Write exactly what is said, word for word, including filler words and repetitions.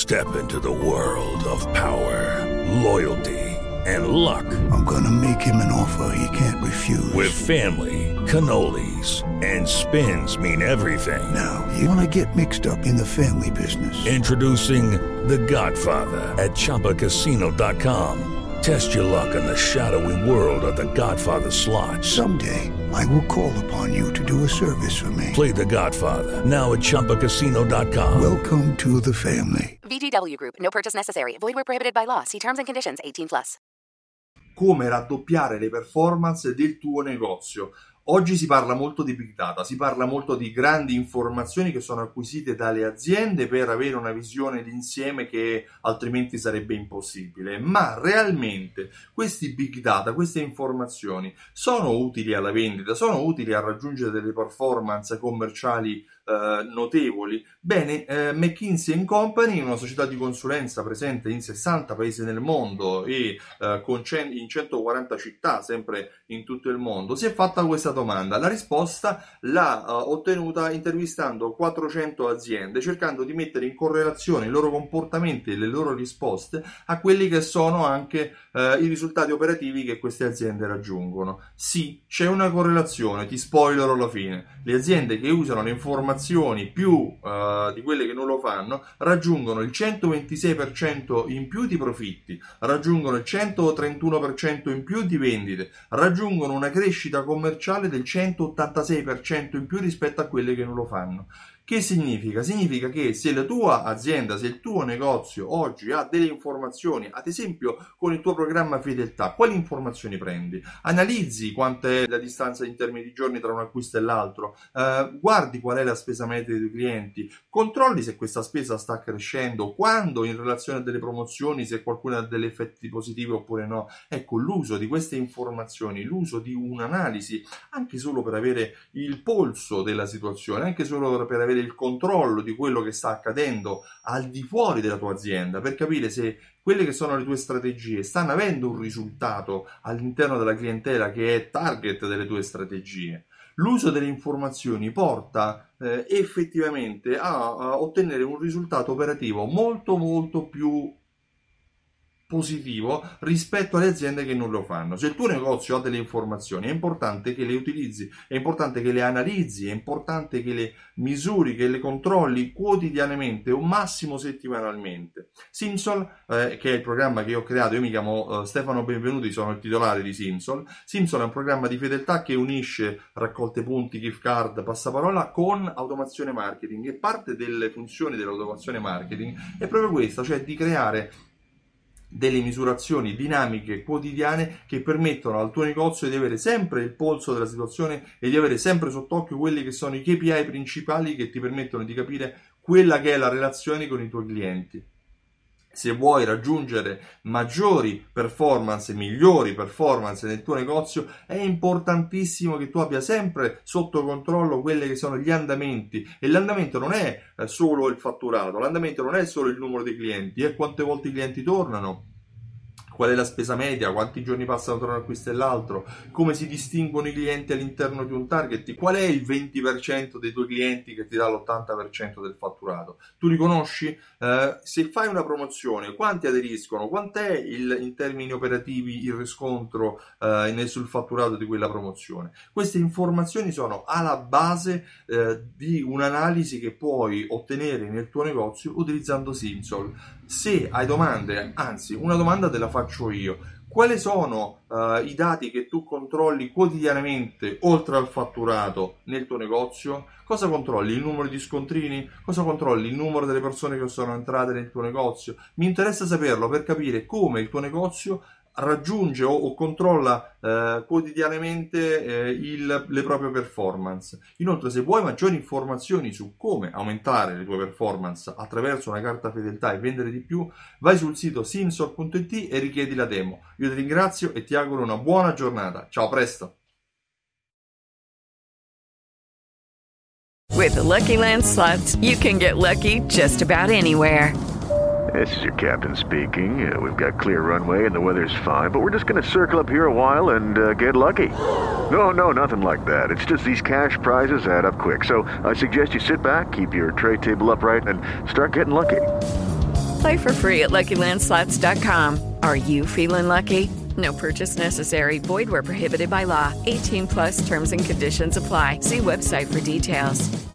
Step into the world of power, loyalty, and luck. I'm gonna make him an offer he can't refuse. With family, cannolis, and spins mean everything. Now, you wanna get mixed up in the family business. Introducing The Godfather at Chumba Casino dot com. Test your luck in the shadowy world of The Godfather slot. Someday, I will call upon you to do a service for me. Play The Godfather, now at Chumba Casino dot com. Welcome to the family. V G W Group. No purchase necessary. Void where prohibited by law. See terms and conditions. eighteen plus. Come raddoppiare le performance del tuo negozio. Oggi si parla molto di big data, si parla molto di grandi informazioni che sono acquisite dalle aziende per avere una visione d'insieme che altrimenti sarebbe impossibile. Ma realmente questi big data, queste informazioni sono utili alla vendita, sono utili a raggiungere delle performance commerciali eh, notevoli? Bene, eh, McKinsey and Company, una società di consulenza presente in sessanta paesi nel mondo e eh, con cent- in centoquaranta città, sempre in tutto il mondo, si è fatta questa domanda. La risposta l'ha uh, ottenuta intervistando quattrocento aziende, cercando di mettere in correlazione i loro comportamenti e le loro risposte a quelli che sono anche uh, i risultati operativi che queste aziende raggiungono. Sì, c'è una correlazione, ti spoilerò alla fine. Le aziende che usano le informazioni più uh, di quelle che non lo fanno raggiungono il centoventisei per cento in più di profitti, raggiungono il centotrentuno per cento in più di vendite, raggiungono una crescita commerciale del centottantasei per cento in più rispetto a quelle che non lo fanno. Che significa? Significa che se la tua azienda, se il tuo negozio oggi ha delle informazioni, ad esempio con il tuo programma fedeltà, quali informazioni prendi? Analizzi quanta è la distanza in termini di giorni tra un acquisto e l'altro, eh, guardi qual è la spesa media dei tuoi clienti, controlli se questa spesa sta crescendo, quando in relazione a delle promozioni, se qualcuno ha degli effetti positivi oppure no. Ecco, l'uso di queste informazioni, l'uso di un'analisi, anche solo per avere il polso della situazione, anche solo per avere il controllo di quello che sta accadendo al di fuori della tua azienda, per capire se quelle che sono le tue strategie stanno avendo un risultato all'interno della clientela che è target delle tue strategie. L'uso delle informazioni porta eh, effettivamente a, a ottenere un risultato operativo molto molto più positivo rispetto alle aziende che non lo fanno. Se il tuo negozio ha delle informazioni, è importante che le utilizzi, è importante che le analizzi, è importante che le misuri, che le controlli quotidianamente o massimo settimanalmente. Simsol, eh, che è il programma che ho creato, io mi chiamo eh, Stefano Benvenuti, sono il titolare di Simsol. Simsol è un programma di fedeltà che unisce raccolte punti, gift card, passaparola con automazione marketing, e parte delle funzioni dell'automazione marketing è proprio questa, cioè di creare delle misurazioni dinamiche quotidiane che permettono al tuo negozio di avere sempre il polso della situazione e di avere sempre sott'occhio quelli che sono i K P I principali che ti permettono di capire quella che è la relazione con i tuoi clienti. Se vuoi raggiungere maggiori performance, migliori performance nel tuo negozio, è importantissimo che tu abbia sempre sotto controllo quelli che sono gli andamenti. E l'andamento non è solo il fatturato, l'andamento non è solo il numero di clienti, è quante volte i clienti tornano, qual è la spesa media, quanti giorni passano tra un acquisto e l'altro, come si distinguono i clienti all'interno di un target, qual è il venti per cento dei tuoi clienti che ti dà l'ottanta per cento del fatturato. Tu li conosci? Eh, se fai una promozione, quanti aderiscono? Quant'è il, in termini operativi il riscontro eh, sul fatturato di quella promozione? Queste informazioni sono alla base eh, di un'analisi che puoi ottenere nel tuo negozio utilizzando Simsol. Se hai domande, anzi una domanda te la faccio io: quali sono uh, i dati che tu controlli quotidianamente oltre al fatturato nel tuo negozio? Cosa controlli? Il numero di scontrini? Cosa controlli? Il numero delle persone che sono entrate nel tuo negozio? Mi interessa saperlo per capire come il tuo negozio raggiunge o, o controlla eh, quotidianamente eh, il, le proprie performance. Inoltre, se vuoi maggiori informazioni su come aumentare le tue performance attraverso una carta fedeltà e vendere di più, vai sul sito simsol punto it e richiedi la demo. Io ti ringrazio e ti auguro una buona giornata. Ciao, a presto! With the Lucky Land Slots, you can get lucky just about anywhere. This is your captain speaking. Uh, we've got clear runway and the weather's fine, but we're just going to circle up here a while and uh, get lucky. No, no, nothing like that. It's just these cash prizes add up quick. So I suggest you sit back, keep your tray table upright, and start getting lucky. Play for free at lucky land slots dot com. Are you feeling lucky? No purchase necessary. Void where prohibited by law. eighteen plus terms and conditions apply. See website for details.